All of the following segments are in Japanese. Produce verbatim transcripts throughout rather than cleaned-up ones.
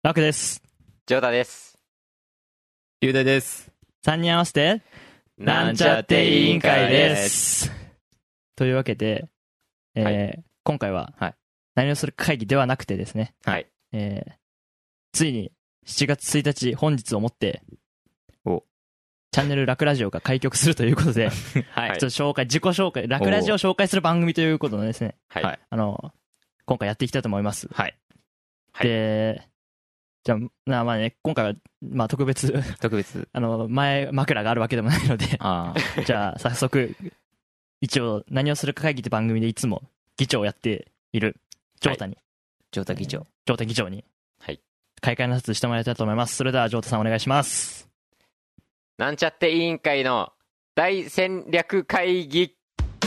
ラクです。 ジョータです。 龍大です。 さんにん合わせてなんちゃって委員会です。というわけで、えーはい、今回は何をする会議ではなくてですね、 はい、 えー、ついにしちがつついたち本日をもっておチャンネルラクラジオが開局するということで、はい、ちょっと紹介自己紹介ラクラジオを紹介する番組ということでですね、 はい、 あの今回やっていきたいと思います。 はい。 で、じゃあ、まあね、今回は、まあ特別、 特別。 あの、前、枕があるわけでもないので、 あじゃあ、早速、一応、何をするか会議って番組でいつも議長をやっている、ジョータに。 ジョータ議長。 ジョータ議長に。 はい。 開会の挨拶してもらいたいと思います。それでは、ジョータさんお願いします。 なんちゃって委員会の大戦略会議。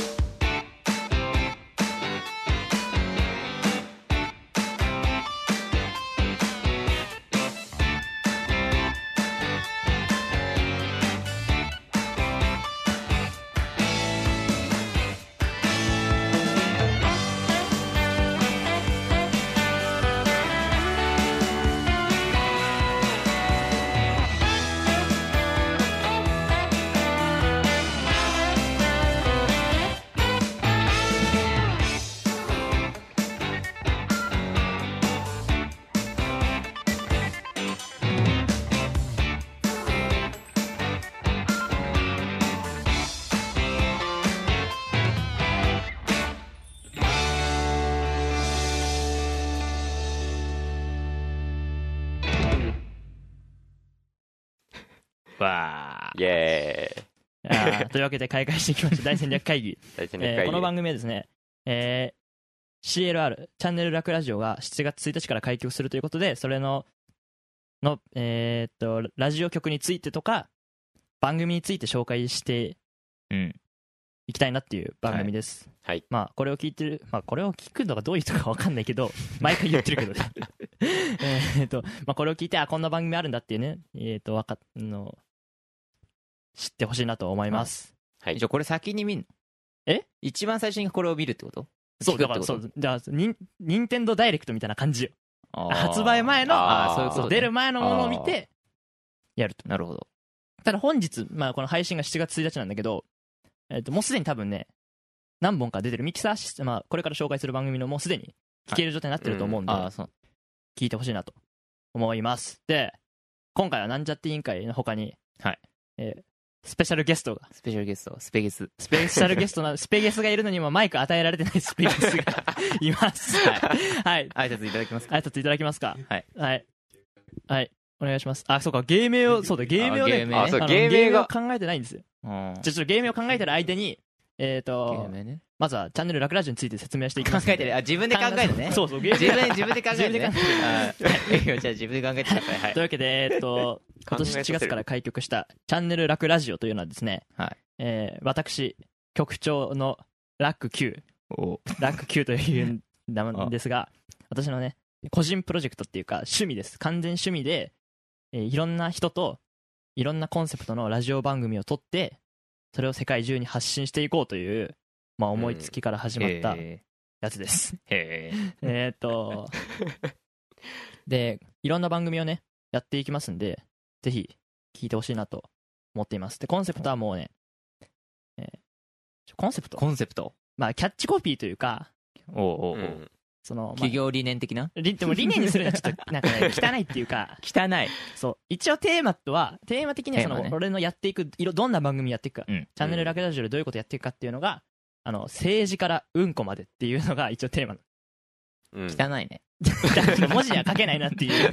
わーイエーイというわけで開会していきました大戦略会議大戦略会議、 えー、この番組はですね、えー、シーエルアール チャンネルラクラジオがしちがつついたちから開局するということで、それのの、えー、っとラジオ局についてとか番組について紹介していきたいなっていう番組です、 はい、 まあこれを聞いてる、まあこれを聞くのがどういう人か分かんないけど毎回言ってるけどねえっと、まあ、これを聞いてあこんな番組あるんだっていうね、えー、っとわかの知ってほしいなと思います。 はい。じゃあこれ先に見んの？ え？ 一番最初にこれを見るってこと？ そうだからそうじゃあニンニンテンドーダイレクトみたいな感じよ。発売前のあそういうこと、ね、 出る前のものを見てやると。 なるほど。 ただ本日、まあ、この配信がしちがつついたちなんだけど、えー、ともうすでに多分ね何本か出てるミキサーシステム、まあ、これから紹介する番組のもうすでに聞ける状態になってると思うんで、 はいうん、あそう聞いてほしいなと思います。で今回はなんちゃって委員会の他に、 はいえースペシャルゲストがスペシャルゲストスペゲススペシャルゲストなスペゲスがいるのにもマイク与えられてないスペゲスがいますはい挨拶いただきますか挨拶いただきますかはいはいはいお願いします。あそうか芸名をそうだ芸名をねあそう芸名が考えてないんですよ。 じゃちょっと芸名を考えてる間にえっとね、 まずはチャンネルラクラジオについて説明していきます。 考えてるあ自分で考えてねそうそう自分自分で考えてねじゃあ自分で考えてください、はい、 というわけでえっと今年しちがつから開局したチャンネルラクラジオというのはですね、 はいえー、私局長のラック Q ラック Q という名前ですが私のね個人プロジェクトっていうか趣味です。完全趣味で、えー、いろんな人といろんなコンセプトのラジオ番組を撮ってそれを世界中に発信していこうという、まあ、思いつきから始まったやつです、 うん、へえっとでいろんな番組をねやっていきますんでぜひ聞いてほしいなと思っています。でコンセプトはもうね、えー、コンセプトコンセプトまあキャッチコピーというかおうおうおう、 うんそのまあ、企業理念的なでも理念にするのはちょっとなんか、ね、汚いっていうか汚いそう一応テーマとはテーマ的にはその、ね、俺のやっていくどんな番組やっていくか、 うん、 チャンネルラクラジオでどういうことやっていくかっていうのがあの政治からうんこまでっていうのが一応テーマの、 うん、汚いね文字には書けないなっていう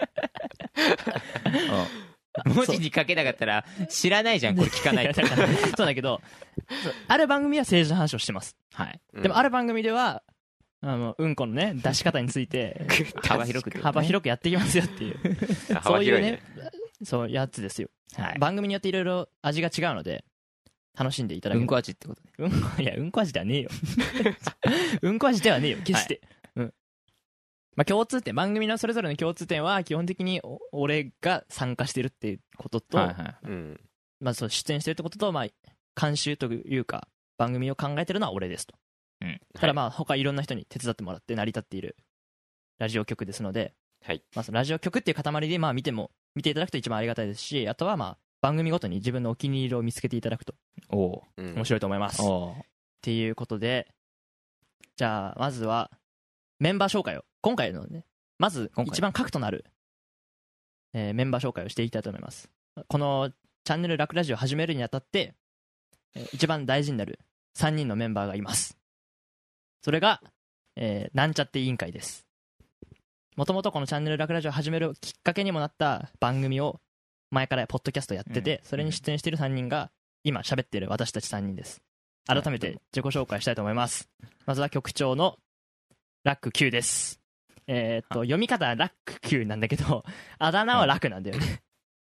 文字に書けなかったら知らないじゃんこれ聞かないとそうだけどある番組は政治の話をしてます、 はい、 でもある番組ではあのうんこのね出し方について幅広く、ね、 幅広くやっていきますよっていうそういうねそうやつですよ、はい、番組によっていろいろ味が違うので楽しんでいただけるうんこ味ってことねうんこいやうんこ味ではねえようんこ味ではねえよ決して、はい、うんまあ、共通点番組のそれぞれの共通点は基本的に俺が参加してるっていうことと、 はいはいうんまあ、そう出演してるってことと、まあ、監修というか番組を考えてるのは俺ですと、 うん、 ただまあ他いろんな人に手伝ってもらって成り立っているラジオ局ですので、 はいまあ、そのラジオ局っていう塊でまあ見ても見ていただくと一番ありがたいですし、あとはまあ番組ごとに自分のお気に入りを見つけていただくとおうん面白いと思います、っおていうことで、じゃあまずはメンバー紹介を今回のねまず今回一番核となる、えーメンバー紹介をしていきたいと思います。このチャンネルラクラジオを始めるにあたって、えー一番大事になるさんにんのメンバーがいます。それが、えーなんちゃって委員会です。もともとこのチャンネルラクラジオを始めるきっかけにもなった番組を前からポッドキャストやってて、 うんそれに出演しているさんにんが今喋っている私たちさんにんです。改めて自己紹介したいと思います。まずは局長のラック Q です。えーっと読み方はラック Q なんだけどあだ名はラクなんだよね。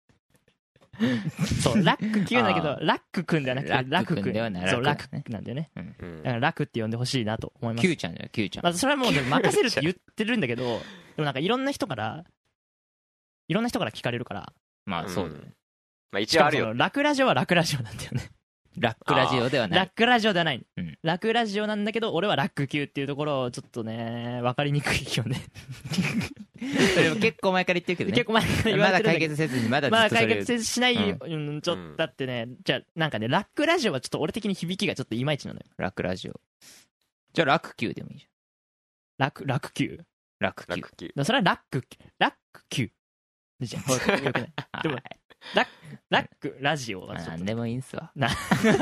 そうラック Q なんだけどあラックくんではなくてララッククくんくんではないそうラクラクだねなんだよね。 うんだからラクって呼んでほしいなと思います。 Q ちゃんだよ Q ちゃん、 まあ、それはもうでも任せるって言ってるんだけどでもなんかいろんな人からいろんな人から聞かれるから、 まあそうだよ、 んまあしかもそ一応あるよのラクラジオはラクラジオなんだよね。 ラックラジオではないラックラジオではない、 うんラクラジオなんだけど俺はラック級っていうところをちょっとね分かりにくいよね。 それも結構前から言ってるけどね結構前から言わまだれてるんだけど解決せずにまだずまあっとそれ解決しない、 ううん、ちょっとだってね、じゃあなんかねラックラジオはちょっと俺的に響きがちょっといまいちなのよ。 ラックラジオじゃあラック Q でもいいじラクラク級ゃんラック Q ラック級だからそれはラックラック級じゃあよくないでもラッラックラジオはちょっとなんでもいいんすわな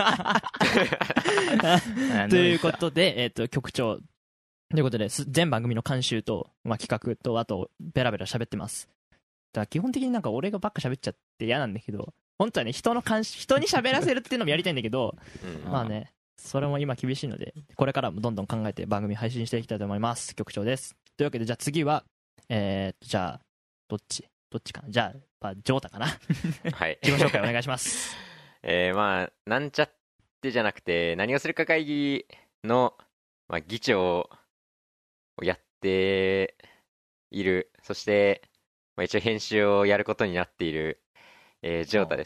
なんというでもいいんすわことで、えっと局長ということです全番組の監修と、まあ、企画とあとベラベラ喋ってます。だから基本的になんか俺がばっか喋っちゃって嫌なんだけど本当はね人の監視人に喋らせるっていうのもやりたいんだけどうんまあねそれも今厳しいのでこれからもどんどん考えて番組配信していきたいと思います。局長です。というわけでじゃあ次はえー、っとじゃあどっちどっちかなじゃあやっぱジョータかなはい自己紹介お願いしますえー、まあなんちゃってじゃなくて何をするか会議の、まあ、議長をやっている、そして、まあ、一応編集をやることになっている、えー、ジョータです。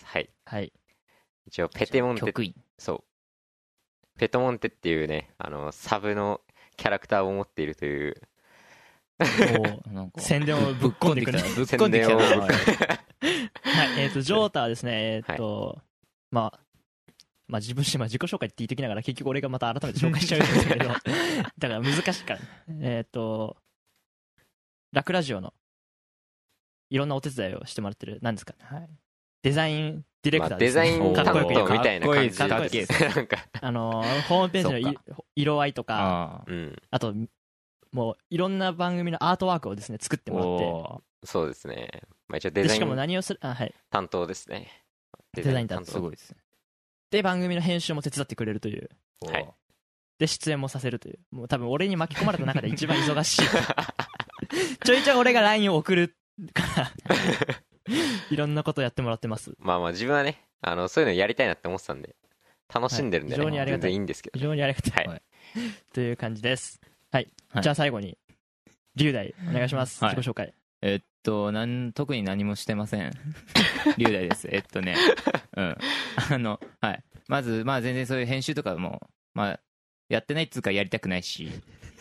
はい。 はい一応ペテモンテ局員そうペトモンテっていうねあのサブのキャラクターを持っているというおーなんか宣伝をぶっ込んでくるぶっ込んできたな宣伝をおいはい、えっ、と、ジョータはですね、えっ、と、まあ、まあ自分して、まあ自己紹介って言いときながら結局俺がまた改めて紹介しちゃうんですけど、だから難しいから、えっ、と、ラクラジオのいろんなお手伝いをしてもらってる、なんですかね、はい、デザインディレクまあ、 ターです、ねデザイン担かっこよく言う当みたいな感じかっこいいですなんかあのーホームページのい色合いとか、 あうんあと、もういろんな番組のアートワークをですね、作ってーもらって、 おそうですね、まあ、一応デザイでしかもン何をする、あ、はい。 担当ですねデザイン担ー当すごいですねで、番組の編集も手伝ってくれるという。 はいで出演もさせるというもう多分俺に巻き込まれた中で一番忙しいちょいちょい俺が ライン を送るからいろんなことやってもらってます。 まあまあ自分はねあのそういうのやりたいなって思ってたんで楽しんでるんで、ねはい非常にありがたい全然いいんですけど非常にありがたい、 はいという感じですはい、 はいじゃあ最後に龍大お願いします、 はい自己紹介。 えっとなん特に何もしてません龍大ですえっとねうんあのはいまずまあ全然そういう編集とかもまあやってないっつうかやりたくないし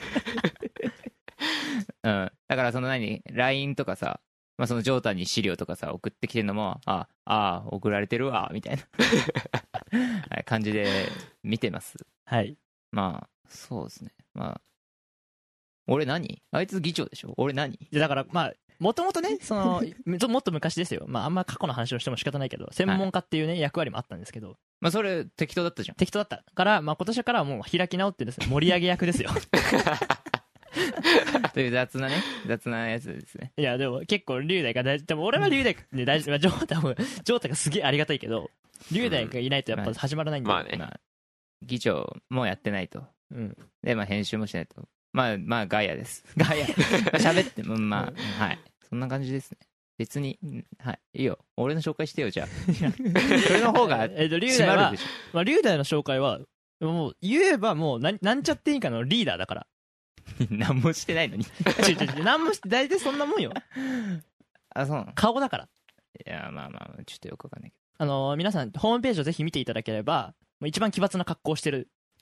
うんだからその何 ライン とかさまあそのジョータに資料とかさ送ってきてるのもああ送られてるわみたいなはい感じで見てますはいまあそうですねまあ俺何あいつ議長でしょ俺何でだからまあもともとねそのもっと昔ですよ、まあ、あんま過去の話をしても仕方ないけど専門家っていうね、役割もあったんですけどまあそれ適当だったじゃん適当だったから、まあ、今年からはもう開き直ってですね盛り上げ役ですよという雑なね雑なやつですねいやでも結構龍大が大事でも俺は龍大で大事、まあ、ジョータもジョータがすげえありがたいけど龍大がいないとやっぱ始まらないんで、 まあねまあ議長もやってないとうん、 でまあ編集もしないとまあまあガイアですガイア喋ってもまあはいそんな感じですね別にうんはいいいよ俺の紹介してよじゃあそれの方がえっと龍締大はまるでしょまあ、龍大の紹介はもう言えばもうなんなんちゃっていいかのリーダーだから何もしてないのにちょちょちょ何もして大体そんなもんよあそうなの顔だからいやまあまあちょっとよくわかんないけあのー皆さんホームページをぜひ見ていただければもう一番奇抜な格好をしてる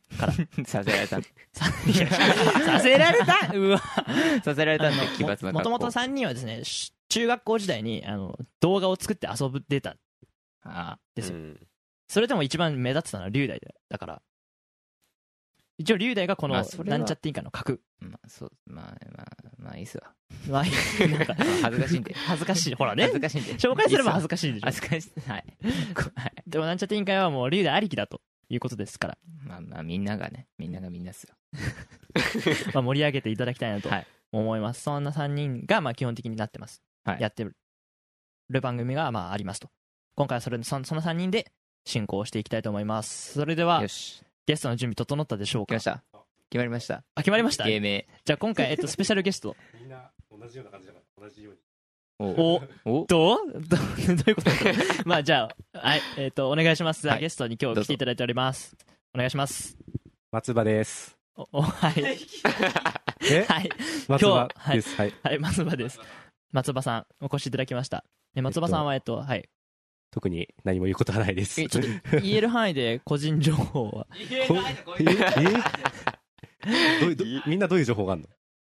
からさせられたさいやさせられたうわさせられたんで奇抜な格好。 もともとさんにんはですねし中学校時代にあの動画を作って遊ぶってたんあですよ、 うんそれでも一番目立ってたのは龍大でだから一応龍大がこのまあそれはなんちゃっていいかの格あまあそうまあまあまあいいっすわ。 まあなんかまあ恥ずかしいんで恥ずかしいほらね恥ずかしいんで紹介すれば恥ずかかしいでしょ恥ずかしいはいはいでもなんちゃって委員会はもう龍大ありきだということですから、 まあまあみんながねみんながみんなっすよ。 まあ、盛り上げていただきたいなとはい思います、そんなさんにんがまあ基本的になってます、 はいやってる番組がまあありますと。今回はそれそのそのさんにんで進行していきたいと思います。それではよしゲストの準備整ったでしょうか。 来ました決まりましたあ決まりました。 芸名じゃあ今回、えっと、スペシャルゲストみんな同じような感じだから同じように。 おおおどうどうどういうことですかまあじゃあ、はいえっとお願いします、 はいゲストに今日来ていただいております。お願いします。 松葉です。 おおはいえはい松葉です。はい。 はい松葉です。松葉さんお越しいただきました。え松葉さんはえっとはい特に何も言うことはないです。 えちょっと言える範囲で個人情報はこええどういうどみんなどういう情報があるの？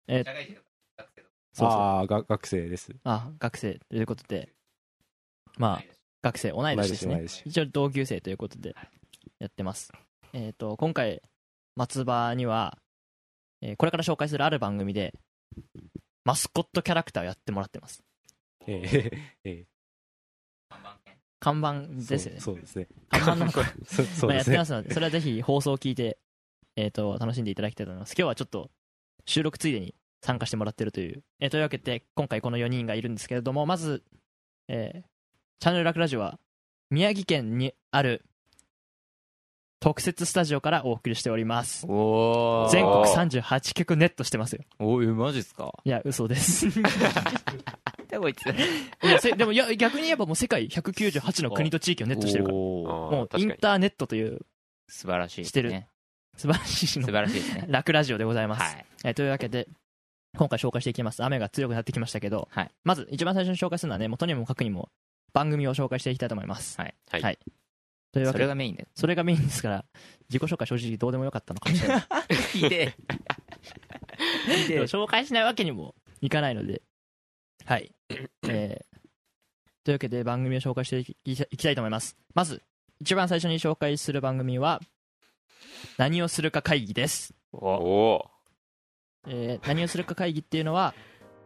そうそうああが学生です。 あ学生ということでまあ学生同い年ですね同い年。 一応同級生ということでやってます。えっ、と今回松葉には、えーこれから紹介するある番組でマスコットキャラクターをやってもらってます。 えー、え看板ー、 ですよね。 そうそうですね。 看板のそそうまあ、やってですね。 ますのでそれはぜひ放送を聞いて、えー、と楽しんでいただきたいと思います。今日はちょっと収録ついでに参加してもらってるという、えーというわけで今回このよにんがいるんですけれども、まず、えーチャンネルラクラジオは宮城県にある特設スタジオからお送りしております。 おー全国さんじゅうはちきょくネットしてますよ。 おいマジっすかいや嘘ですいでこいつやせでもいや逆に言えばもう世界ひゃくきゅうじゅうはちの国と地域をネットしてるから、 おーあーもうイン確かにターネットという素晴らしいですねしてる素晴らしい素の晴らしいですねラクラジオでございます、 はいえーというわけで今回紹介していきます。雨が強くなってきましたけど、 はいまず一番最初に紹介するのはね、もうとにもかくにも番組を紹介していきたいと思います。 はいはいはいというわそけでれがメインでそれがメインですから自己紹介正直どうでもよかったのかもしれないひでえでも紹介しないわけにもいかないのではい、えーというわけで番組を紹介していきいきたいと思います。まず一番最初に紹介する番組は何をするか会議です。 おおえー何をするか会議っていうのは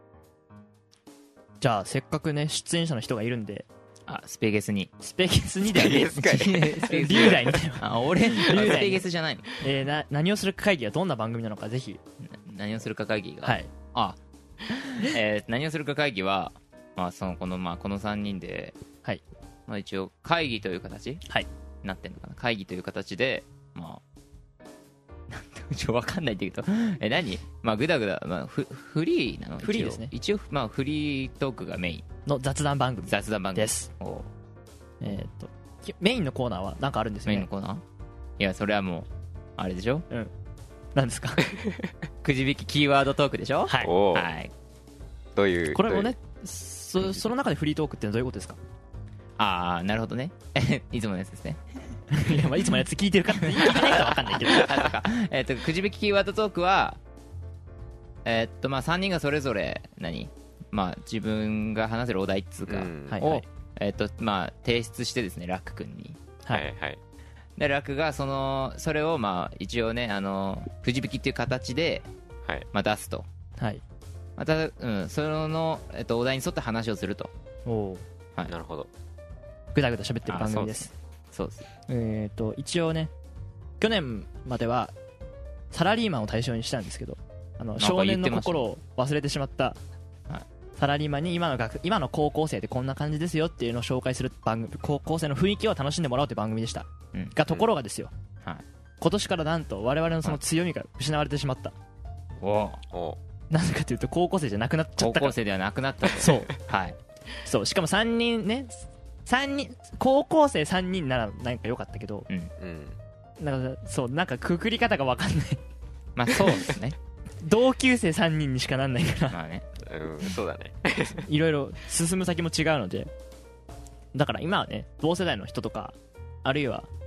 じゃあせっかくね出演者の人がいるんであスペゲスにスペゲスにではねスペゲスかいスペゲス龍大にだよ、 あ俺ス龍大ペゲスじゃないのえーな何をするか会議はどんな番組なのかぜひ何をするか会議がはいあえー何をするか会議はまあそのこのまあこのさんにんではいまあ一応会議という形はいなってんのかな会議という形でまあなんてちょわかんないって言うとえ何まあグダグダまあフフリーなの一応フリーですね一応まあフリートークがメインの雑談番組雑談番組です。 おえーっときメインのコーナーは何かあるんですね。 メインのコーナーいやそれはもうあれでしょ何ですかくじ引きキーワードトークでしょはいおおはいどういうこれもどういうねそその中でフリートークってのはどういうことですかああなるほどねいつものやつですねいやまあいつもやつ聞いてるかって聞いてないか分かんないけどあそうかえっとくじ引きキーワードトークはえっとまあさんにんがそれぞれ何まあ自分が話せるお題っつうか、 うんはいをえっとまあ提出してですねラック君にはいはいでラックがそのそれをまあ一応ねあのくじ引きっていう形ではいまあ出すとはいまたうんそのえっとお題に沿って話をするとおおはいなるほどぐだぐだ喋ってる番組です。 そうですえーっと一応ね去年まではサラリーマンを対象にしたんですけどあのなんか少年言ってましたねの心を忘れてしまったはいサラリーマンに今の学今の高校生でこんな感じですよっていうのを紹介する番組高校生の雰囲気を楽しんでもらおうという番組でした、 うんがところがですよ、 はい今年からなんと我々のその強みが失われてしまった、 おおなぜかというと高校生じゃなくなっちゃったから高校生ではなくなったとそうはいそうしかもさんにんねさんにん高校生さんにんならなんか良かったけどうんうんなんかそうなんかくくり方が分かんないまあそうですね同級生さんにんにしかなんないからまあねうんそうだねいろいろ進む先も違うのでだから今はね同世代の人とかあるいは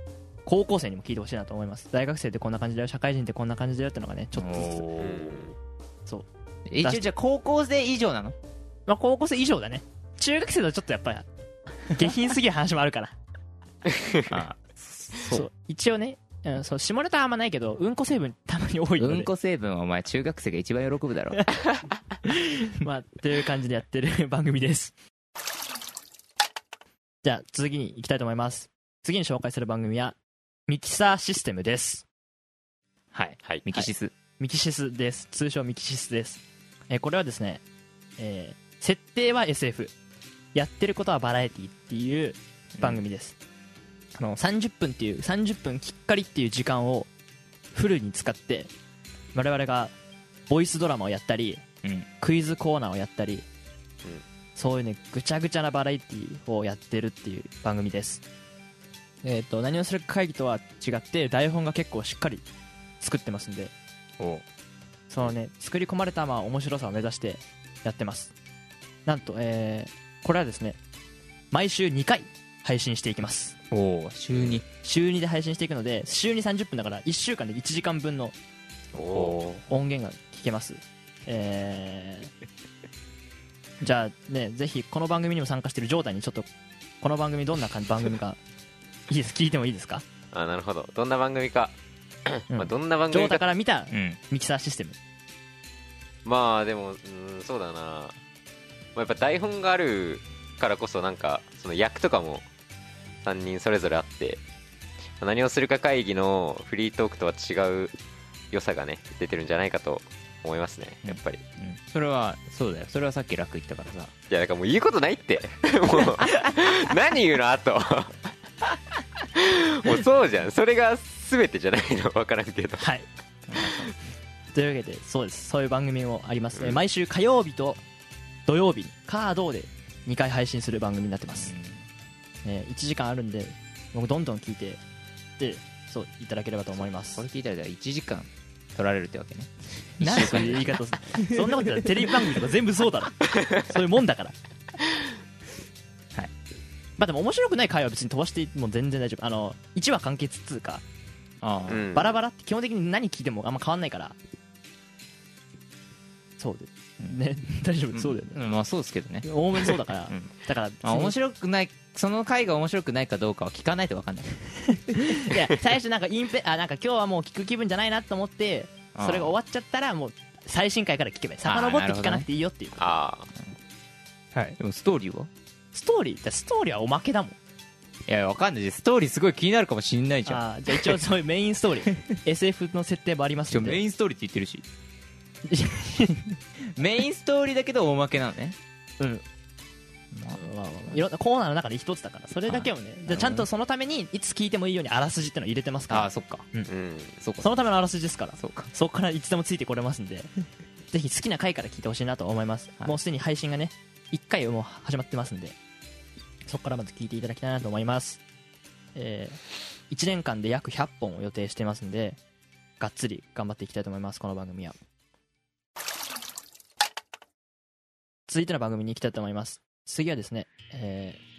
高校生にも聞いてほしいなと思います。大学生ってこんな感じだよ、社会人ってこんな感じだよってのがねちょっとずつ、 おーそう一応じゃあ高校生以上なの？ まあ高校生以上だね。中学生だとちょっとやっぱり下品すぎる話もあるからあそう一応ね、うん、そう下ネタはあんまないけどうんこ成分たまに多いのでうんこ成分はお前中学生が一番喜ぶだろまあという感じでやってる番組です。じゃあ次に行きたいと思います。次に紹介する番組はミキサーシステムです。 はいはいミキシス、 ミキシスです。通称ミキシスです。えーこれはですね、えー設定は エスエフ やってることはバラエティっていう番組です、あのさんじゅっぷんっていうさんじゅっぷんきっかりっていう時間をフルに使って我々がボイスドラマをやったりうんクイズコーナーをやったり、そういうねぐちゃぐちゃなバラエティをやってるっていう番組です。えっ、と何をするか会議とは違って台本が結構しっかり作ってますんで、 おそのね作り込まれたまあ面白さを目指してやってます。なんと、えーこれはですね毎週にかい配信していきます。 お週に週にで配信していくので週にさんじゅっぷんだからいっしゅうかんでいちじかんぶんのおお音源が聞けます。えーじゃあねぜひこの番組にも参加しているジョータにちょっとこの番組どんな感じ番組かいいです聞いてもいいですか？ ーあなるほど。どんな番組か、 うんまあどんな番ジョータ組かから見たうんミキサーシステム。 まあでも、うん、そうだな、まあ、やっぱ台本があるからこそなんかその役とかもさんにんそれぞれあって、まあ何をするか会議のフリートークとは違う良さがね出てるんじゃないかと思いますね、やっぱり。 うんそれはそうだよ、それはさっき楽言ったからさ。 いやだからもう言うことないってもう何言うのあともうそうじゃん、それが全てじゃないの分からんけど。 はいというわけでそうですそういう番組もあります、 うんえー毎週火曜日と土曜日にカードでにかい配信する番組になってます、えーいちじかんあるんで僕どんどん聞いてでそういただければと思いますこれ聞いたらじゃあいちじかん取られるってわけね。 何そういう言い方をするそんなこと言ったらテレビ番組とか全部そうだろそういうもんだからはいまあでも面白くない回は別に飛ばしても全然大丈夫。あのいちわ完結っつうかああ、 うんバラバラって基本的に何聞いてもあんま変わんないからそうでね大丈夫そうだよねんまあそうですけどね。 大目にそうだからうんだからまあ、面白くない、その回が面白くないかどうかは聞かないと分かんない。 いや最初なんかインペあなんか今日はもう聞く気分じゃないなと思ってそれが終わっちゃったらもう最新回から聞けばいい。遡って聞かなくていいよっていう。 ああはい。 でもストーリーはストーリーってストーリーはおまけだもん。 いや分かんない。ストーリーすごい気になるかもしんないじゃん。 あーじゃあ一応そういうメインストーリーエスエフ の設定もあります一応んでメインストーリーって言ってるしメインストーリーだけど大負けなのね。 うんまあまあまあいろんなコーナーの中で一つだからそれだけをねじゃあちゃんとそのためにいつ聞いてもいいようにあらすじってのを入れてますからああそっかうんそうかそのためのあらすじですからそうか。 そこからいつでもついてこれますんでぜひ好きな回から聞いてほしいなと思います、 はいもうすでに配信がねいっかいもう始まってますんでそこからまず聞いていただきたいなと思います、えー、いちねんかんで約ひゃっぽんを予定してますんでがっつり頑張っていきたいと思いますこの番組は。続いての番組に行きたいと思います。次はですね、えー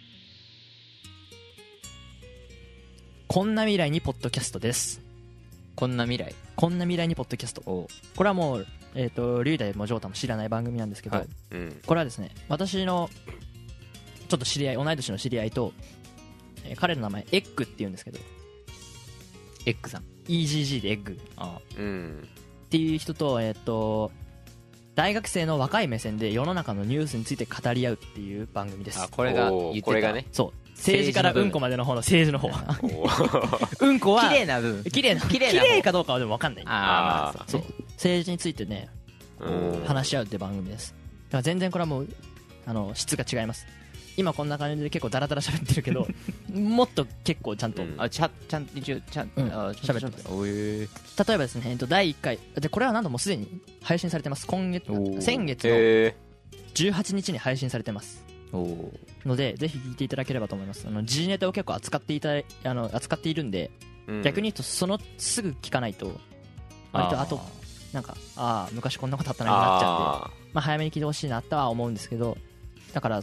こんな未来にポッドキャストです。 こんな未来。 こんな未来にポッドキャスト、 おこれはもう、えー、と龍大もジョータも知らない番組なんですけど、 はいうんこれはですね私のちょっと知り合い同い年の知り合いと、えー彼の名前エッグっていうんですけどエッグさん。 イージージー でエッグっあうんていう人と、えー、と大学生の若い目線で世の中のニュースについて語り合うっていう番組ですあこれが言ってたおーこれがねそう政治からうんこまでの方の政治の方おーうんこは綺麗な部分。 綺麗な綺麗な方綺麗かどうかはでも分かんない。 あああーそう政治についてねうん話し合うって番組です。だから全然これはもうあの質が違います。今こんな感じで結構ダラダラ喋ってるけどもっと結構ちゃんと、 うんあちゃちゃんと一応ちゃん、 うんあ喋ってますおえ例えばですね、えっと、だいいっかいでこれはなんともうすでに配信されてます。今月おー先月のへじゅうはちにちに配信されてますおおのでぜひ聞いていただければと思います。あの時事ネタを結構扱っていたあの扱っているんで、 ー逆に言うとそのすぐ聞かないと割とあとなんかああ昔こんなことあったなになっちゃってあまあ、早めに聞いてほしいなとは思うんですけどだからそ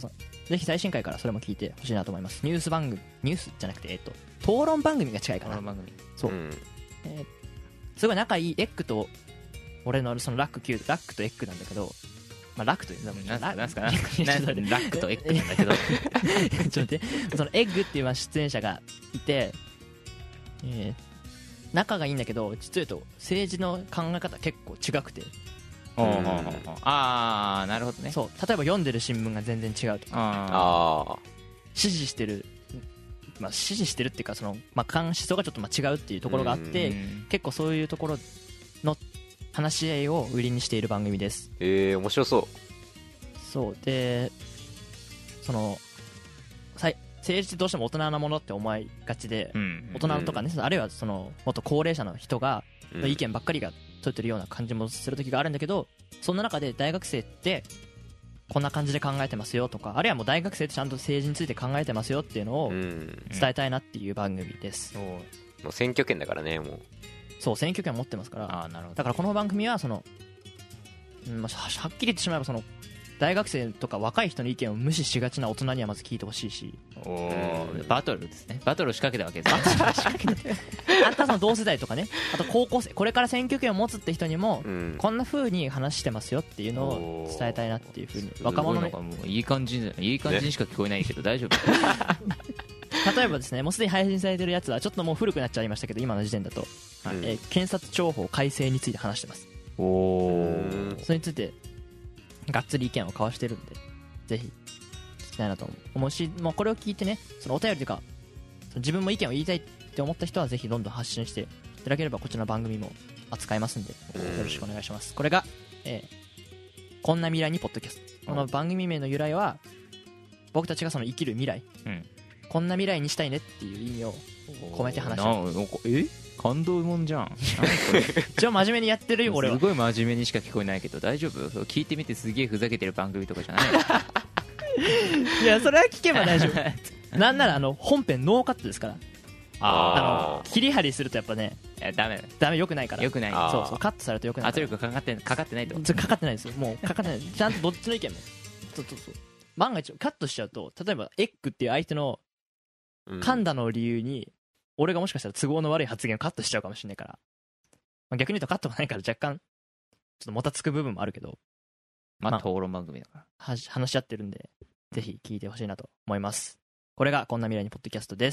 ぜひ最新回からそれも聞いてほしいなと思います。ニュース番組ニュースじゃなくて、えっと、討論番組が近いかな。 番組そう、 うんえーすごい仲いいエッグと俺のそのラックきゅう、ラックとエッグなんだけど、まあ、ラックというなんすかなんすかラなんすかラックとエッグなんだけどちょっと待って、そのエッグっていうまあ出演者がいて、えー仲がいいんだけど、実を言うと政治の考え方結構違くて、 ほうほうほうほうああなるほどね。 そう例えば読んでる新聞が全然違うとか、 あああ支持してる、まあ、支持してるっていうか、その、まあ、思想がちょっとまあ違うっていうところがあっあて、結構そういうところの話し合いを売りにしている番組です。 えー、面白そそうで、そのさい政治ってどうしても大人なものって思いがちで、 うん大人とかね、あるいはそのもっと高齢者の人がう、 の意見ばっかりが問いてるような感じもする時があるんだけど、そんな中で大学生ってこんな感じで考えてますよとか、あるいはもう大学生ってちゃんと政治について考えてますよっていうのをうん、うん伝えたいなっていう番組です。 そうもう選挙権だからね、もうそう選挙権を持ってますから、 ああなるほど。 だからこの番組はその、うんまあ、ははっきり言ってしまえばその大学生とか若い人の意見を無視しがちな大人にはまず聞いてほしいし、 おーバトルですね。バトルを仕掛けたわけですね。 あんたその同世代とかね、あと高校生、これから選挙権を持つって人にもうんこんな風に話してますよっていうのを伝えたいなっていう風に、若者にすごいなんかもういい感じいい感じにしか聞こえないけど大丈夫。 例えばですね、もうすでに配信されてるやつはちょっともう古くなっちゃいましたけど、今の時点だと、 はいえー検察庁法改正について話してます。 おうおんそれについてがっつり意見を交わしてるんで、ぜひ聞きたいなと思うし、もうこれを聞いてね、そのお便りというかその自分も意見を言いたいって思った人はぜひどんどん発信していただければ、こちらの番組も扱いますんで、 うんよろしくお願いします。これが、えーこんな未来にポッドキャスト。この番組名の由来は、僕たちがその生きる未来、 うんこんな未来にしたいねっていう意味を込めて話してる。 なえ感動もんじゃん。 一応真面目にやってるよ俺はす。ごい真面目にしか聞こえないけど大丈夫？聞いてみてすげえふざけてる番組とかじゃないいやそれは聞けば大丈夫。なんならあの本編ノーカットですから。ああの切り張りするとやっぱね、 いやダメだダメ、よくないから。 よくない。 あーそうそう、カットされるとよくないから。 圧力かかってかかってないと。 ずかかってないですよ。もうかかってない。ちゃんとどっちの意見も。そうそうそう。万が一カットしちゃうと、例えばエッグっていう相手のうん噛んだのを理由に、俺がもしかしたら都合の悪い発言をカットしちゃうかもしれないから、まあ、逆に言うとカットがないから若干ちょっともたつく部分もあるけど、まあまあ討論番組だから。 はし話し合ってるんで、ぜひ聞いてほしいなと思います。これがこんな未来にポッドキャストです。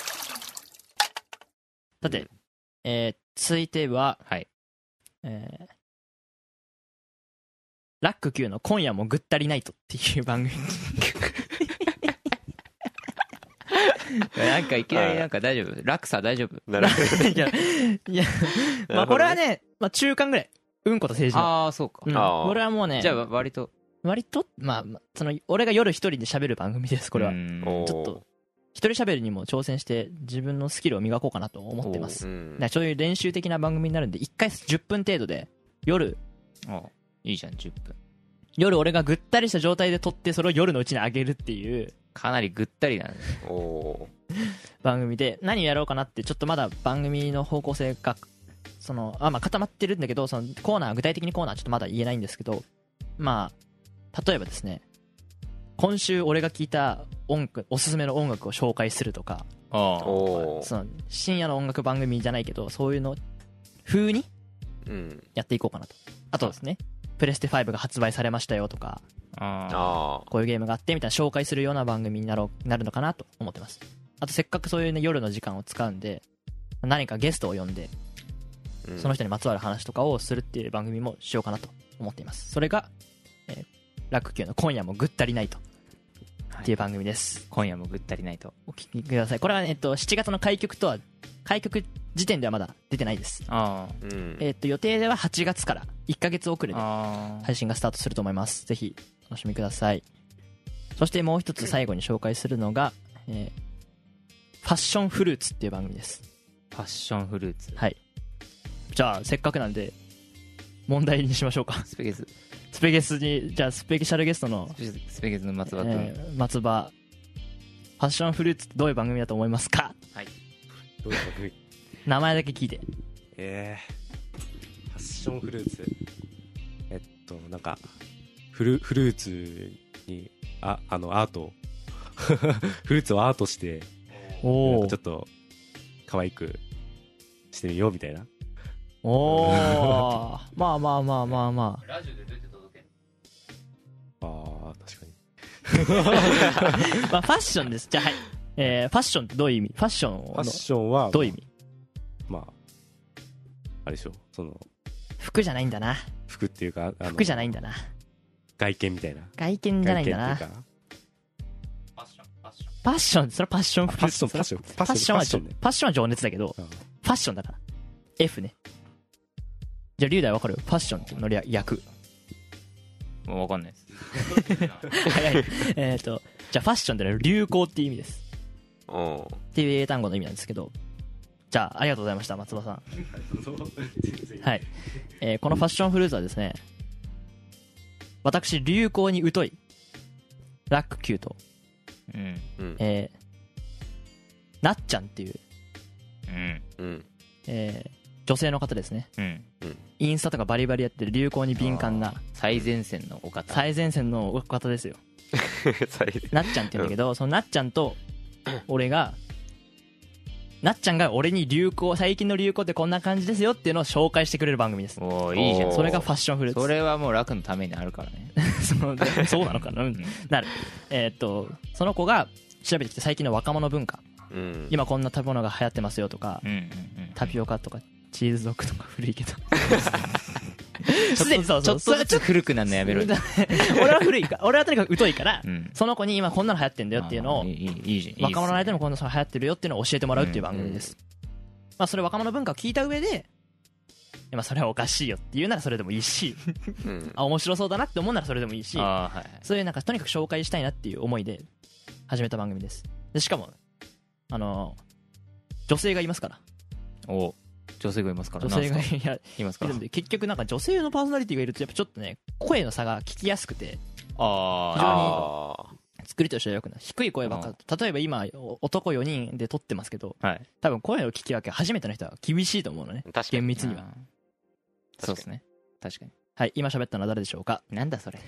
さて、 うんえー続いては、 はい。 えーラック Q の今夜もぐったりナイトっていう番組。 なんかいきなりなんか大丈夫？落差大丈夫？ なるほどいや、いや、まあこれはね、まあ中間ぐらい。うんこと政治の。 ああそうか。 うん、 あーこれはもうね、 じゃあ割と割と、まあ、まあその、俺が夜一人で喋る番組です、これは。 うんおーちょっと一人喋るにも挑戦して自分のスキルを磨こうかなと思ってます。 うんだからそういう練習的な番組になるんで、いっかいじゅっぷん程度で、夜、 あいいじゃんじゅっぷん。 夜俺がぐったりした状態で撮って、それを夜のうちに上げるっていうかなりぐったりだね。 おー番組で、何をやろうかなって、ちょっとまだ番組の方向性が、その、あ、まあ固まってるんだけど、そのコーナー、具体的にコーナーちょっとまだ言えないんですけど、まあ、例えばですね、今週俺が聴いた音楽、おすすめの音楽を紹介するとか、 あおーその深夜の音楽番組じゃないけど、そういうの風にうんやっていこうかなと。あとですね、プレステファイブが発売されましたよとか、 ああこういうゲームがあってみたいな紹介するような番組になろうなるのかなと思ってます。あとせっかくそういうね夜の時間を使うんで、何かゲストを呼んでーその人にまつわる話とかをするっていう番組もしようかなと思っています。それが、えーラック Q の今夜もぐったりないとっていう番組です。 今夜もぐったりないと。 お聞きください。これは、えっと、しちがつの開局とは開局時点ではまだ出てないです。 あうんえっと予定でははちがつからいっかげつ遅れであ配信がスタートすると思います。ぜひお楽しみください。そしてもう一つ最後に紹介するのが、えーファッションフルーツっていう番組です。 ファッションフルーツ。 はい。じゃあせっかくなんで問題にしましょうか。 スペゲススペゲスに、じゃあスペシャルゲストの、 スペゲスの松葉君。 えー松葉、ファッションフルーツってどういう番組だと思いますか？ どういう番組？ 名前だけ聞いて。 えー、ファッションフルーツ。えっと、なんか、フル、フルーツにああのアートフルーツをアートしてなんおおかちょっと可愛くしてみようみたいな。 おおまあまあまあまあまあラジオでどうやって届けるあー確かに。 まあファッションです。じゃあはい、えー、ファッションってどういう意味？ファッションのファッションはどういう意味？ まああれでしょ、その服じゃないんだな。 服っていうかあの服じゃないんだな。 外見みたいな。 外見じゃないんだな。 外見っていうかファッションファッションファッション、それはパッションフルーツ。 ファッションファッションフファッションはファッションね。 ファッションは情熱だけど、 うんファッションだから F ね。じゃあ龍大わかる？ファッションっていうの略略。 もう分かんないです早い。えっとじゃあファッションってのは流行っていう意味です。 おうっていう英単語の意味なんですけど、じゃあありがとうございました松葉さん。はい、えーこのファッションフルーツはですね、私流行に疎いラック Q と、 うんうんえーなっちゃんっていう、 うんうんえー女性の方ですね。 うんインスタとかバリバリやってる流行に敏感な最前線のお方最前線のお方ですよ。 最初なっちゃんって言うんだけど、そのなっちゃんと俺がなっちゃんが俺に流行、最近の流行ってこんな感じですよっていうのを紹介してくれる番組です。 おーいいじゃんおーそれがファッションフルーツ。 それはもう楽のためにあるからねそうでそうなのかな、うんなる。えーっとその子が調べてきて最近の若者文化、 うん今こんな食べ物が流行ってますよとか、 うんうんうんタピオカとかチーズドッグとか古いけどすでにそうちょそうっとずつ古くなるのやめろよ俺は古いから俺はとにかく疎いから、 うんその子に今こんなの流行ってんだよっていうのをあーいいいいいいじゃんいいっすね若者の間でもこんなの流行ってるよっていうのを教えてもらうっていう番組です、まあそれ若者文化を聞いた上で、まあそれはおかしいよっていうならそれでもいいしうんあ面白そうだなって思うならそれでもいいし、 あーはいそういうなんかとにかく紹介したいなっていう思いで始めた番組です。でしかもあの女性がいますから、 お女性がいますから女性がなんすいやかいますからいるんで、結局なんか女性のパーソナリティがいるとやっぱちょっとね声の差が聞きやすくてあ非常にあ作りとしては良くない。低い声ばっか、例えば今お男よにんで撮ってますけど、 あはい多分声の聞き分け初めての人は厳しいと思うのね、 ー確かに厳密には。 あーそうですね確かにはい、今喋ったのは誰でしょうか？ なんだそれ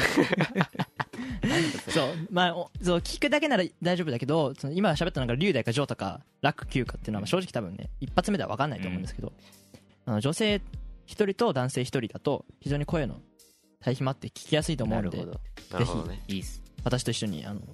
そう、まあ、おそう聞くだけなら大丈夫だけど、その今喋ったのが龍大かジョータかラック Q かっていうのは正直多分ね一発目では分かんないと思うんですけど、あの女性一人と男性一人だと非常に声の対比もあって聞きやすいと思うので、 なるほどなるほどねいいっす私と一緒にあの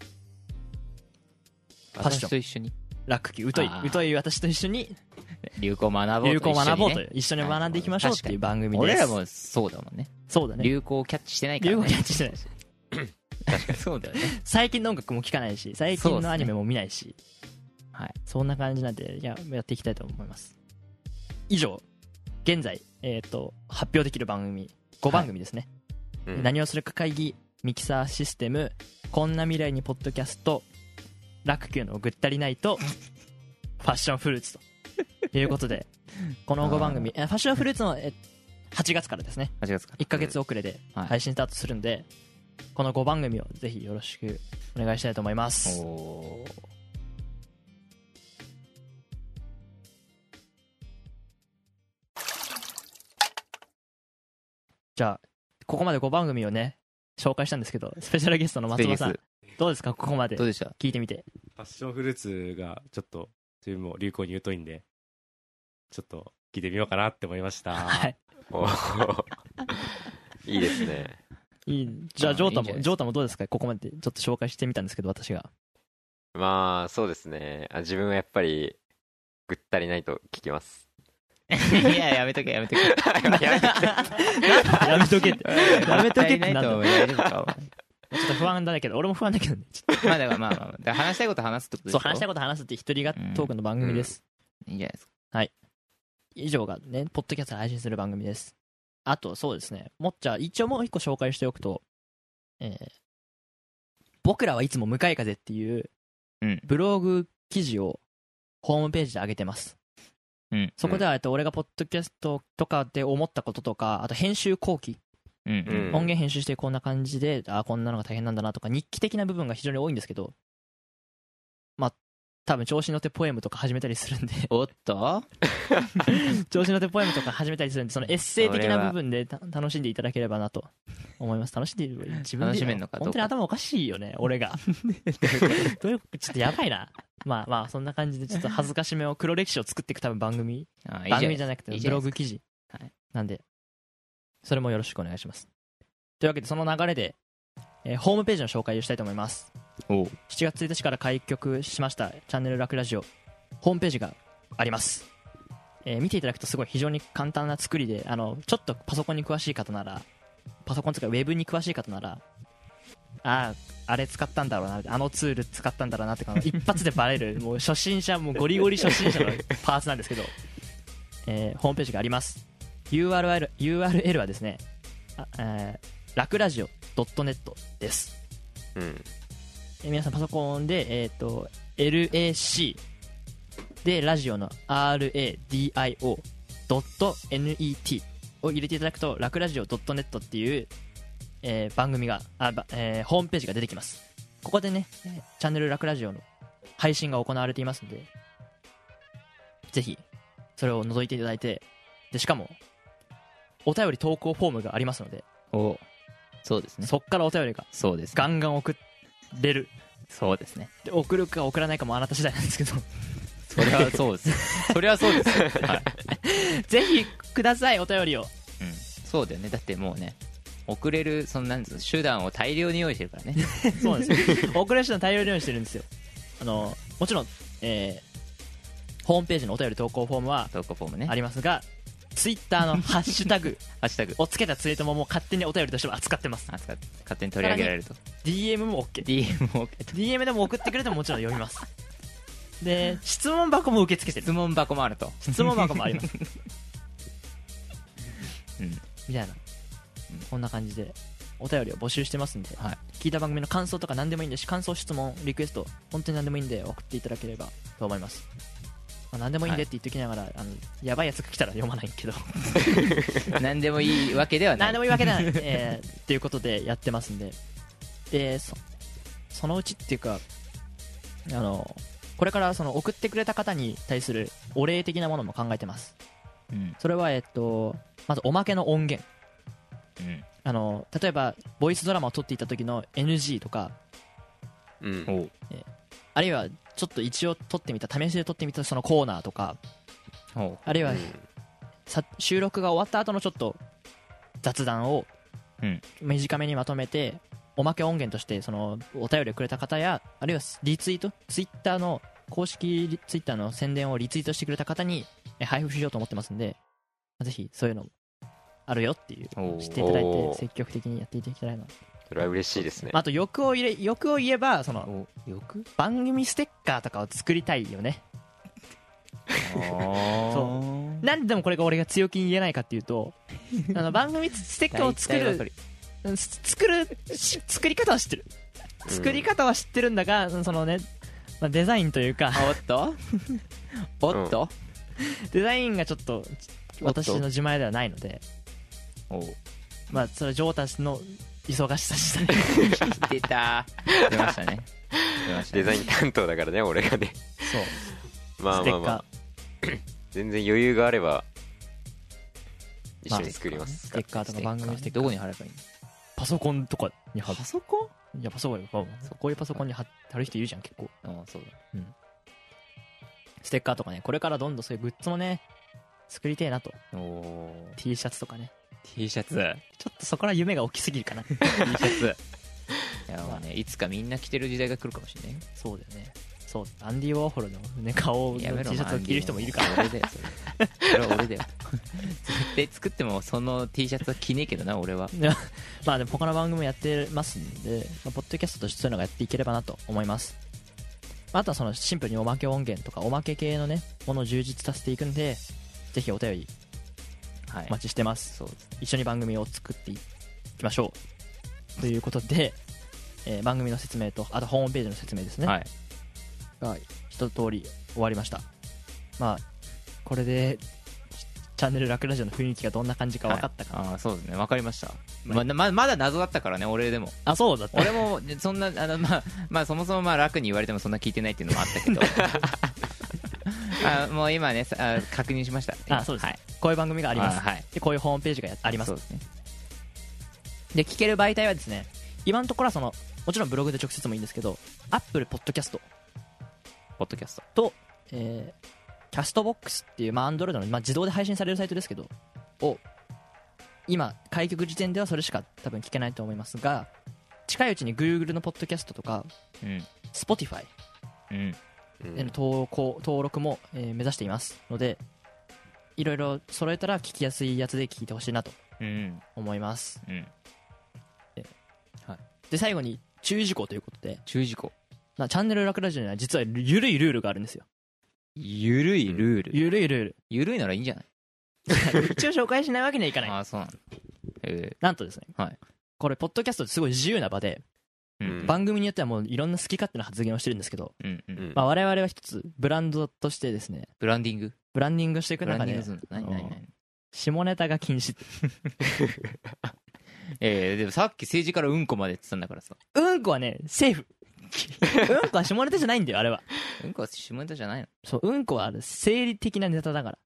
ファッション私と一緒にラック Q 疎いあー疎い私と一緒に流行を学ぼう流行を学ぼうと一緒にね一緒に学んでいきましょうっていう番組です。 俺らもそうだもんねそうだね。 流行をキャッチしてないから流ね行キャッチしてない。 確かにそうだよね最近の音楽も聴かないし、最近のアニメも見ないし、 はいそんな感じなんで、いや、やっていきたいと思います。以上、現在、えっ、と、発表できる番組、ごばん組ですね。 うん何をするか会議、ミキサーシステム、こんな未来にポッドキャスト、ラック Q のぐったりナイト、ファッションフルーツということで、このごばん組、えファッションフルーツのえはちがつからですね、 はちがつからいっかげつ遅れではい配信スタートするんで、このごばん組をぜひよろしくお願いしたいと思います。 おーじゃあここまでごばん組をね紹介したんですけど、スペシャルゲストの松本さんスペどうですか？ここまでどうでした聞いてみて。 ファッションフルーツがちょっと自分も流行に疎いんでちょっと聞いてみようかなって思いました。 はい、 おーいいですねいい。じゃああジョータいいんじゃないですかもジョータもどうですか？ここまでちょっと紹介してみたんですけど私がまあそうですねあ自分はやっぱりぐったりないと聞きますいややめとけやめとけやめてやめとけってやめとけってなんだ足りないと大丈夫かお前ちょっと不安だけど俺も不安だけどねちょっまあだからまあまあまあだから話したいこと話すってことでしょとそう話したいこと話すって一人がトークの番組です、 いいんじゃないですか以上がねポッドキャストで配信する番組です。あとそうですね、もっちゃ一応もう一個紹介しておくと、えー僕らはいつも向かい風っていううんブログ記事をホームページで上げてます。 うんそこではえっと俺がポッドキャストとかで思ったこととか、あと編集後期、 うんうんうん音源編集してこんな感じで、あこんなのが大変なんだなとか日記的な部分が非常に多いんですけど、まあ多分調子に乗ってポエムとか始めたりするんでおっと調子に乗ってポエムとか始めたりするんで、そのエッセイ的な部分でた楽しんでいただければなと思います。楽しんで自分で楽しめんのかどうか本当に頭おかしいよね俺がどういうちょっとやばいな。まあまあそんな感じでちょっと恥ずかしめを黒歴史を作っていく多分番組あいい番組じゃなくてブいいじゃないですかログ記事はいなんで、それもよろしくお願いします。というわけでその流れで、えーホームページの紹介をしたいと思います。 おうしちがつついたちから開局しましたチャンネルラクラジオホームページがあります。えー見ていただくとすごい非常に簡単な作りで、あのちょっとパソコンに詳しい方なら、パソコンとかウェブに詳しい方なら、あああれ使ったんだろうな、あのツール使ったんだろうなってか一発でバレるもう初心者、もうゴリゴリ初心者のパーツなんですけど、えーホームページがあります。 ユーアールエル, ユーアールエル はですね、あえー、ラクラジオ ドットネット です。 うんえー皆さんパソコンで、えー、と エルエーシー でラジオの アールエーディーアイオー ドット ネット を入れていただくとラクラジオ ドットネット っていう、えー番組があ、ばえーホームページが出てきます。ここでね、えーチャンネルラクラジオの配信が行われていますので、ぜひそれを覗いていただいて、でしかもお便り投稿フォームがありますので、 おそうですねそっからお便りがそうですねガンガン送れる。 そうですねで送るか送らないかもあなた次第なんですけどそれはそうですそれはそうですよはいぜひくださいお便りを。 うんそうだよね。だってもうね送れるそのなんつうの手段を大量に用意してるからねそうなんですよ送れる人の大量に用意してるんですよ。あのもちろん、えーホームページのお便り投稿フォームは投稿フォームねありますが、ツイッターのハッシュタグハッシュタグをつけたツイートももう勝手にお便りとしても扱ってます。 あ使って勝手に取り上げられるとディーエム も OK、 ディーエム も OK とディーエム でも送ってくれてももちろん読みます。で質問箱も受け付けてる。 質問箱もあると質問箱もありますうんみたいな、こんな感じでお便りを募集してますんで、 はい聞いた番組の感想とか何でもいいんで、感想、質問、リクエスト本当に何でもいいんで送っていただければと思います。まあ、何でもいいんでって言っておきながら、あのやばいやつが来たら読まないけど何でもいいわけではない何でもいいわけない、えー、っていうことでやってますんで、で そ, そのうちっていうか、あのこれからその送ってくれた方に対するお礼的なものも考えてます。 うんそれは、えっと、まずおまけの音源、 うんあの例えばボイスドラマを撮っていた時の エヌジー とか、 うんおうあるいはちょっと一応撮ってみた試しで撮ってみたそのコーナーとか、 おうあるいはうんさ収録が終わった後のちょっと雑談をうん短めにまとめておまけ音源としてそのお便りをくれた方や、あるいはリツイート、ツイッターの公式ツイッターの宣伝をリツイートしてくれた方にえ配布しようと思ってますんで、ぜひそういうのもあるよっていうおう知っていただいおーて積極的にやっていただきたいな。 それは嬉しいですね。 あと欲を入れ欲を言えばそのおよく番組ステッカーとかを作りたいよね。 そうなんでもこれが俺が強気に言えないかっていうとあの番組ステッカーを作るうん作るし作り方は知ってるうん作り方は知ってるんだが、そのね、まあ、デザインというかおっとおっとデザインがちょっとおっと私の自前ではないので、 おうまあそれジョータスの忙しさ次第出た出ましたね出ましたねデザイン担当だからね、俺がね。 そうまあまあまあ、全然余裕があれば、一緒にまあ作りますス。テッカーとか番組ステッカーどこに貼ればいいのパソコンとかに貼る。 パソコンいやパソコンよ、こういうパソコンに貼貼る人いるじゃん結構。 ああそうだステッカーとかね、これからどんどんそういうグッズもね作りてえなと。 おお T シャツとかね、 T シャツちょっとそこら夢が大きすぎるかな T シャツいやもうねいつかみんな着てる時代が来るかもしれないよそうだよね。そうアンディ・ウォーホルの、ね、顔の T シやめろャツを着る人もいるから。 俺だよそれそれは俺だよ絶対作ってもその T シャツは着ねえけどな俺はいやまあでも他の番組もやってますんで、まあ、ポッドキャストとしてそういうのがやっていければなと思います。あとはそのシンプルにおまけ音源とかおまけ系のねものを充実させていくんで、ぜひお便りはいお待ちしてます。 そうです一緒に番組を作っていきましょうということで、えー番組の説明とあとホームページの説明ですね、 はいが一通り終わりました。まあこれでチャンネルラクラジオの雰囲気がどんな感じか分かったかな、 ああそうですね、分かりました。まままだ謎だったからね、俺でも。 あそうだった俺もそんなあの、まあ、まあそもそもまあ楽に言われてもそんな聞いてないっていうのもあったけどあもう今ねあ確認しました。 あそうです、 はい、 こういう番組があります、 はい、 でこういうホームページがあります。 そうですね。 で聞ける媒体はですね、今のところはそのもちろんブログで直接もいいんですけど、Apple Podcast ポッドキャストと、えー、キャストボックスっていう、まあ、Android の、まあ、自動で配信されるサイトですけどを今開局時点ではそれしか多分聞けないと思いますが、近いうちに Google のポッドキャストとか、 うん、 Spotify うんうんへの登録登録も、えー目指していますので、いろいろ揃えたら聞きやすいやつで聞いてほしいなとうん思います。 うん。 で最後に注意事項ということで、 注意事項。 まあチャンネルラクラジオには実はゆるいルールがあるんですよ。 ゆるいルール。 ゆるいルールゆるいならいいんじゃない？ 一応紹介しないわけにはいかない。 ああそうなんだ。えなんとですね、 はいこれポッドキャストってすごい自由な場で、 ー、ううんん番組によってはもういろんな好き勝手な発言をしてるんですけど、 うんうん。 うんまあ、我々は一つブランドとしてですね、 ブランディング。 ブランディングしていく中でブランディングするんだ。何何何。 下ネタが禁止。 えー、でもさっき政治からうんこまでって言ったんだからさ。 うんこはねセーフ。うんこは下ネタじゃないんだよあれは。 うんこは下ネタじゃないの？ そううんこはあれ生理的なネタだから。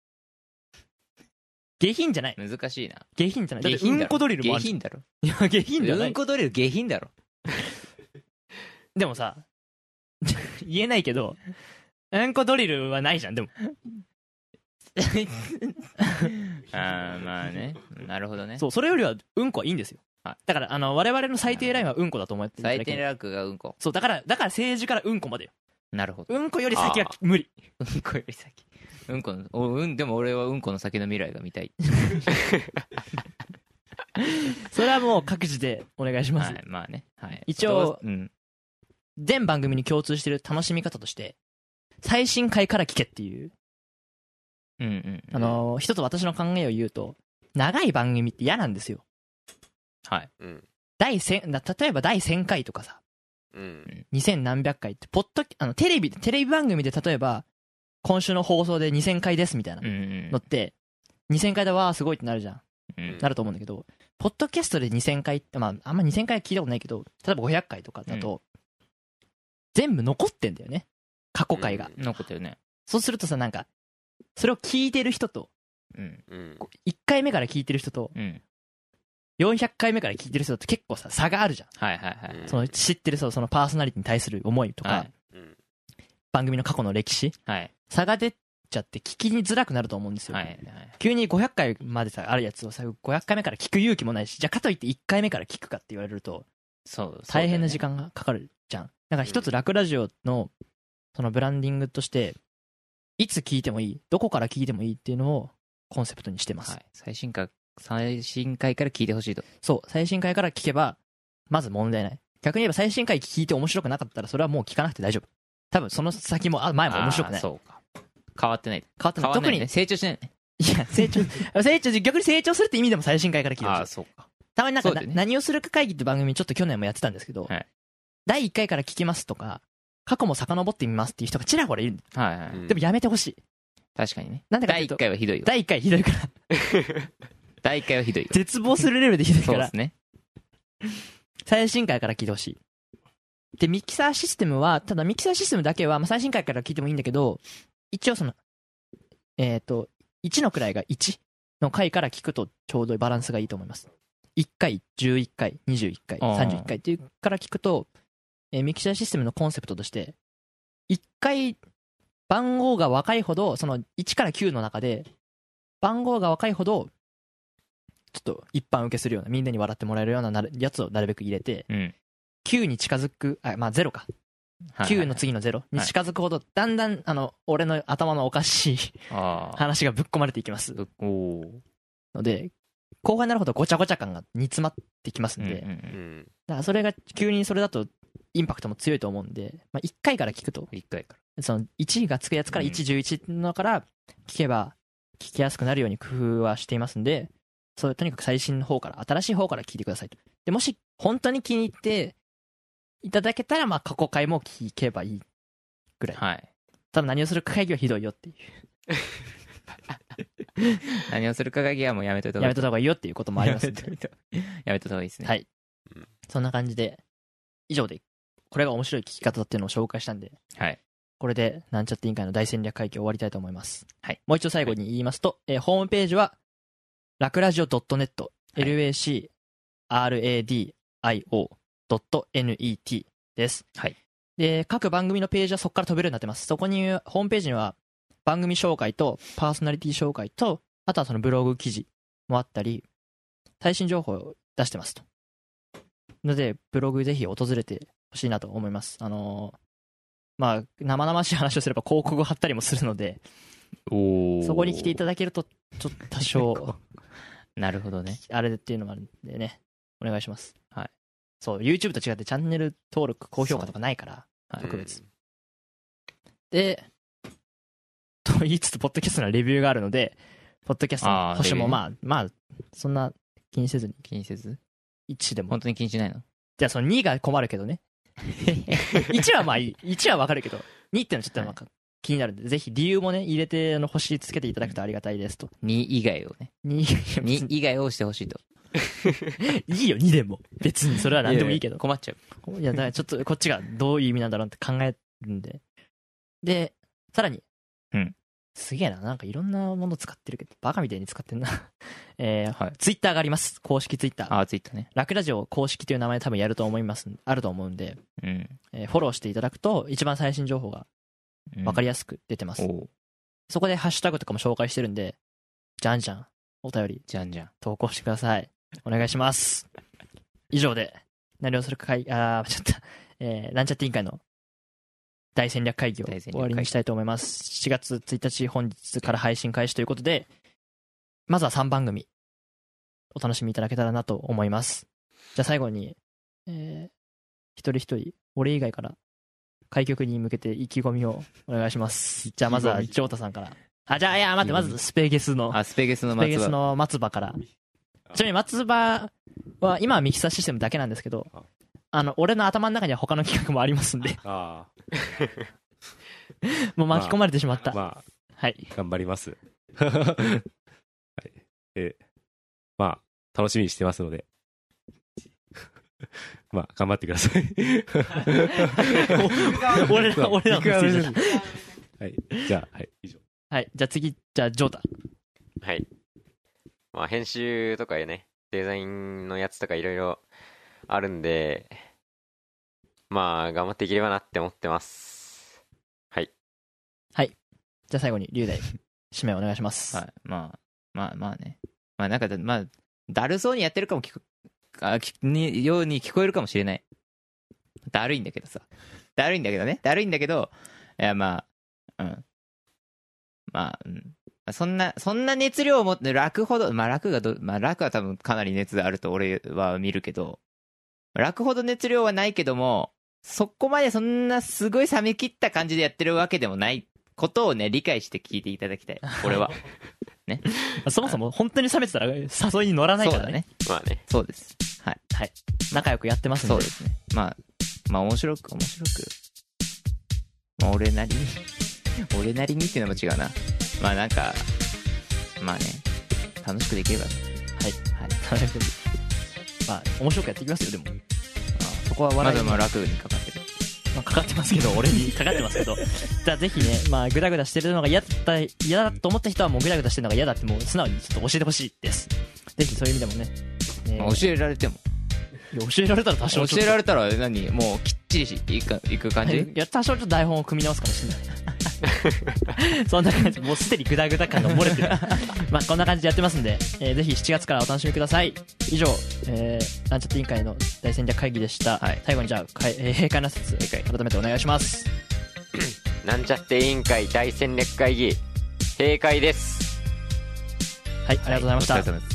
下品じゃない。 難しいな。 下品じゃない。だって下品だろうんこドリルもある。 下品だろ。 いや下品じゃなういんこドリル下品だろ。 でもさ言えないけど、うんこドリルはないじゃん。でもああまあね、なるほどね。 そう、それよりはうんこはいいんですよ、 はいだからあの我々の最低ラインはうんこだと思っていただける。 最低ランクがうんこ。 そうだからだから政治からうんこまでよ。 なるほど。 うんこより先は無理。 うんこより先。うんこのおうんでも俺はうんこの先の未来が見たい。 それはもう各自でお願いします、 はい、まあね。はい。 一応うん。 全番組に共通してる楽しみ方として最新回から聞けっていう、 うんうん。 あのー一つ私の考えを言うと、長い番組って嫌なんですよ。 はい。 うん第千だ例えば第せんかいとかさ、 うんにせん何百回ってポッドあのテレビテレビ番組で例えば今週の放送でにせんかいですみたいなうんうんのってにせんかいだわーすごいってなるじゃん、 うんなると思うんだけど、ポッドキャストでにせんかいってまああんまにせんかいは聞いたことないけど、例えばごひゃっかいとかだと、全部残ってんだよね過去回が、 うん残ってるね。 そうするとさ、なんかそれを聞いてる人とうんうんこういっかいめから聞いてる人とうん。 よんひゃっかいめから聞いてる人って結構さ差があるじゃん、 はいはいはい。 うんその知ってる人そのパーソナリティに対する思いとか、 はいうん番組の過去の歴史はい差が出ちゃって聞きづらくなると思うんですよ、 はいはい。 急にごひゃっかいまでさあるやつをさごひゃっかいめから聞く勇気もないし、じゃあかといっていっかいめから聞くかって言われるとそう。 大変な時間。 間がかかるじゃん。だから一つラクラジオのそのブランディングとしていつ聞いてもいい、どこから聞いてもいいっていうのをコンセプトにしてます、 はい。最新回最新回から聞いてほしいと。 そう最新回から聞けばまず問題ない。逆に言えば最新回聞いて面白くなかったらそれはもう聞かなくて大丈夫。多分その先もあ前も面白くない。 あーそうか。変わってない。 変わってない。特に変わんないね。成長しないね。 いや成長成長逆に成長するって意味でも最新回から聞いてほしいああ、そうか。 たまになんかな、 そうだよね何をするか会議って番組ちょっと去年もやってたんですけど、 はいだいいっかいから聞きますとか過去も遡ってみますっていう人がちらほらいる。 はいはい。 うんでもやめてほしい。 確かにね。だいいっなんでかっていうとかいはひどいよ。 だいいっかいひどいからだいいっかいはひどいよ。 絶望するレベルでひどいからそうですね。 最新回から聞いてほしい。でミキサーシステムはただミキサーシステムだけは、まあ、最新回から聞いてもいいんだけど、一応そのえっ、といちの位がいちの回から聞くとちょうどバランスがいいと思います。いっかい、じゅういっかい、にじゅういっかい、 あーさんじゅういっかいっていうから聞くと、えーミキサーシステムのコンセプトとしていっかい番号が若いほどそのいちからきゅうの中で番号が若いほどちょっと一般受けするようなみんなに笑ってもらえるようななるやつをなるべく入れて、 うん。 きゅうに近づくあまあゼロかはいきゅうの次のゼロに近づくほどだんだんあの俺の頭のおかしいああ。 話がぶっ込まれていきますぶおお。 ので後半になるほどごちゃごちゃ感が煮詰まってきますんで、 うんうんうんうんだからそれが急にそれだとインパクトも強いと思うんで、まあ、いっかいから聞くといっかいかそのいちがつくやつからうんいち、じゅういちのから聞けば聞きやすくなるように工夫はしていますんで、そういうとにかく最新の方から新しい方から聞いてくださいと。でもし本当に気に入っていただけたらまあ過去回も聞けばいいぐらい。 ら。はい。 多分何をするか会議はひどいよっていう何をするか会議はもうやめといた方がいいやめといた方がいいよっていうこともありますんでやめといたやめといた方がいいですね。 はいうんそんな感じで以上でこれが面白い聞き方っていうのを紹介したんで、 はい。 これでなんちゃって委員会の大戦略会議を終わりたいと思います。 はい。 もう一度最後に言いますと、えーホームページはラクラジオ ドットネット、 はいラクラジオ ドットネット です。 はい。 で、各番組のページはそこから飛べるようになってます。そこに、ホームページには番組紹介とパーソナリティ紹介と、あとはそのブログ記事もあったり、最新情報を出してますと。ので、ブログぜひ訪れてほしいなと思います。あのーまあ、生々しい話をすれば広告を貼ったりもするので、 おそこに来ていただけると、ちょっと多少、 なるほどね。 あれっていうのがあるんでね、お願いします。 はい。 そう、YouTube と違ってチャンネル登録、高評価とかないから、 はい特別。で、と言いつつ、ポッドキャストのレビューがあるので、ポッドキャストのあー星もレビューまあ、まあ、そんな気にせずに、 気にせずいちでも。 本当に気にしないの？ じゃあそのにが困るけどね。いちはまあいい。いちはわかるけど、にってのはちょっとなんか気になるんで、ぜひ理由もね、入れて、あの、星つけていただくとありがたいですと。 に以外をね。 に、 に以外をしてほしいと。 いいよ、にでも。別にそれは何でもいいけど。 困っちゃう。 いや、だからちょっとこっちがどういう意味なんだろうって考えるんで。で、さらに。 うん。 すげえな。なんかいろんなもの使ってるけど、バカみたいに使ってんな。えー、 はいツイッターがあります。公式ツイッター。 ああ、ツイッターね。 ラクラジオ公式という名前で多分やると思います。あると思うんで、 うん。 えーフォローしていただくと、一番最新情報が分かりやすく出てます。 おお。 そこでハッシュタグとかも紹介してるんで、じゃんじゃん、お便りじゃんじゃん。 投稿してください。お願いします。以上で、何をするか会、あー、ちょっと、えー、なんちゃって委員会の大戦略会議を大戦略会議終わりにしたいと思います。しちがつついたち、本日から配信開始ということで、まずはさんばん組、お楽しみいただけたらなと思います。じゃあ最後に、えー、一人一人、俺以外から、開局に向けて意気込みをお願いします。じゃあまずは、ジョータさんから。あ、じゃあ、いや、待って、まずスペゲスの、 あ、スペゲスのスペゲ松葉。 スの松葉から。ちなみに松葉は今はミキサーシステムだけなんですけど、あの、俺の頭の中には他の企画もありますんで、 あもう巻き込まれてしまった。 あ、まはい。 あ、頑張ります。はい。え、まあ、楽しみにしてますので、まあ、頑張ってください。 俺ら、俺らのせいじゃんはい。じゃあ、はい、以上。 はい。じゃあ次、じゃあ、ジョータ。 はい。まあ、編集とかね、デザインのやつとかいろいろあるんで、まあ、頑張っていければなって思ってます。はい。 じゃあ最後に、龍大、締めお願いします。 はい。まあ、まあまあね。まあなんかだ、まあ、だるそうにやってるかも聞く、あ聞にように聞こえるかもしれない。だるいんだけどさ。だるいんだけどね。だるいんだけど、いやまあ、うん。まあ、うん。そんな、そんな熱量を持って楽ほど、まあ楽がど、まあ楽は多分かなり熱あると俺は見るけど、楽ほど熱量はないけども、そこまでそんなすごい冷め切った感じでやってるわけでもないことをね、理解して聞いていただきたい。俺は。 そもそも本当に冷めてたら誘いに乗らないからね。 そうだね。 まあね。 そうです。はい。 はい。仲良くやってますんで。 そうですね。まあ、まあ面白く、面白く。まあ俺なりに、俺なりにっていうのも違うな。まあなんか、まあね、楽しくできれば。 はい。はい。楽しく。まあ、面白くやっていきますよ、でも。あそこはま笑いにだまあ楽にかかってる。 まあ、かかってますけど、俺にかかってますけど。じゃあぜひね、まあ、グダグダしてるのが嫌だった、嫌だと思った人はもうグダグダしてるのが嫌だってもう素直にちょっと教えてほしいです。ぜひそういう意味でもね。えーまあ教えられても。 いや教えられたら多少ちょっと。 教えられたら何もうきっちりしいくいく感じ、 いや、多少ちょっと台本を組み直すかもしれない。そんな感じ、もうすでにグダグダ感が漏れてる。まあ、こんな感じでやってますんで、えーぜひしちがつからお楽しみください。以上、えー、なんちゃって委員会の大戦略会議でした。 はい最後にじゃあ、かいえー閉会の説、改めてお願いします。 なんちゃって委員会大戦略会議、閉会です。 はい、ありがとうございました。 お疲れ様です。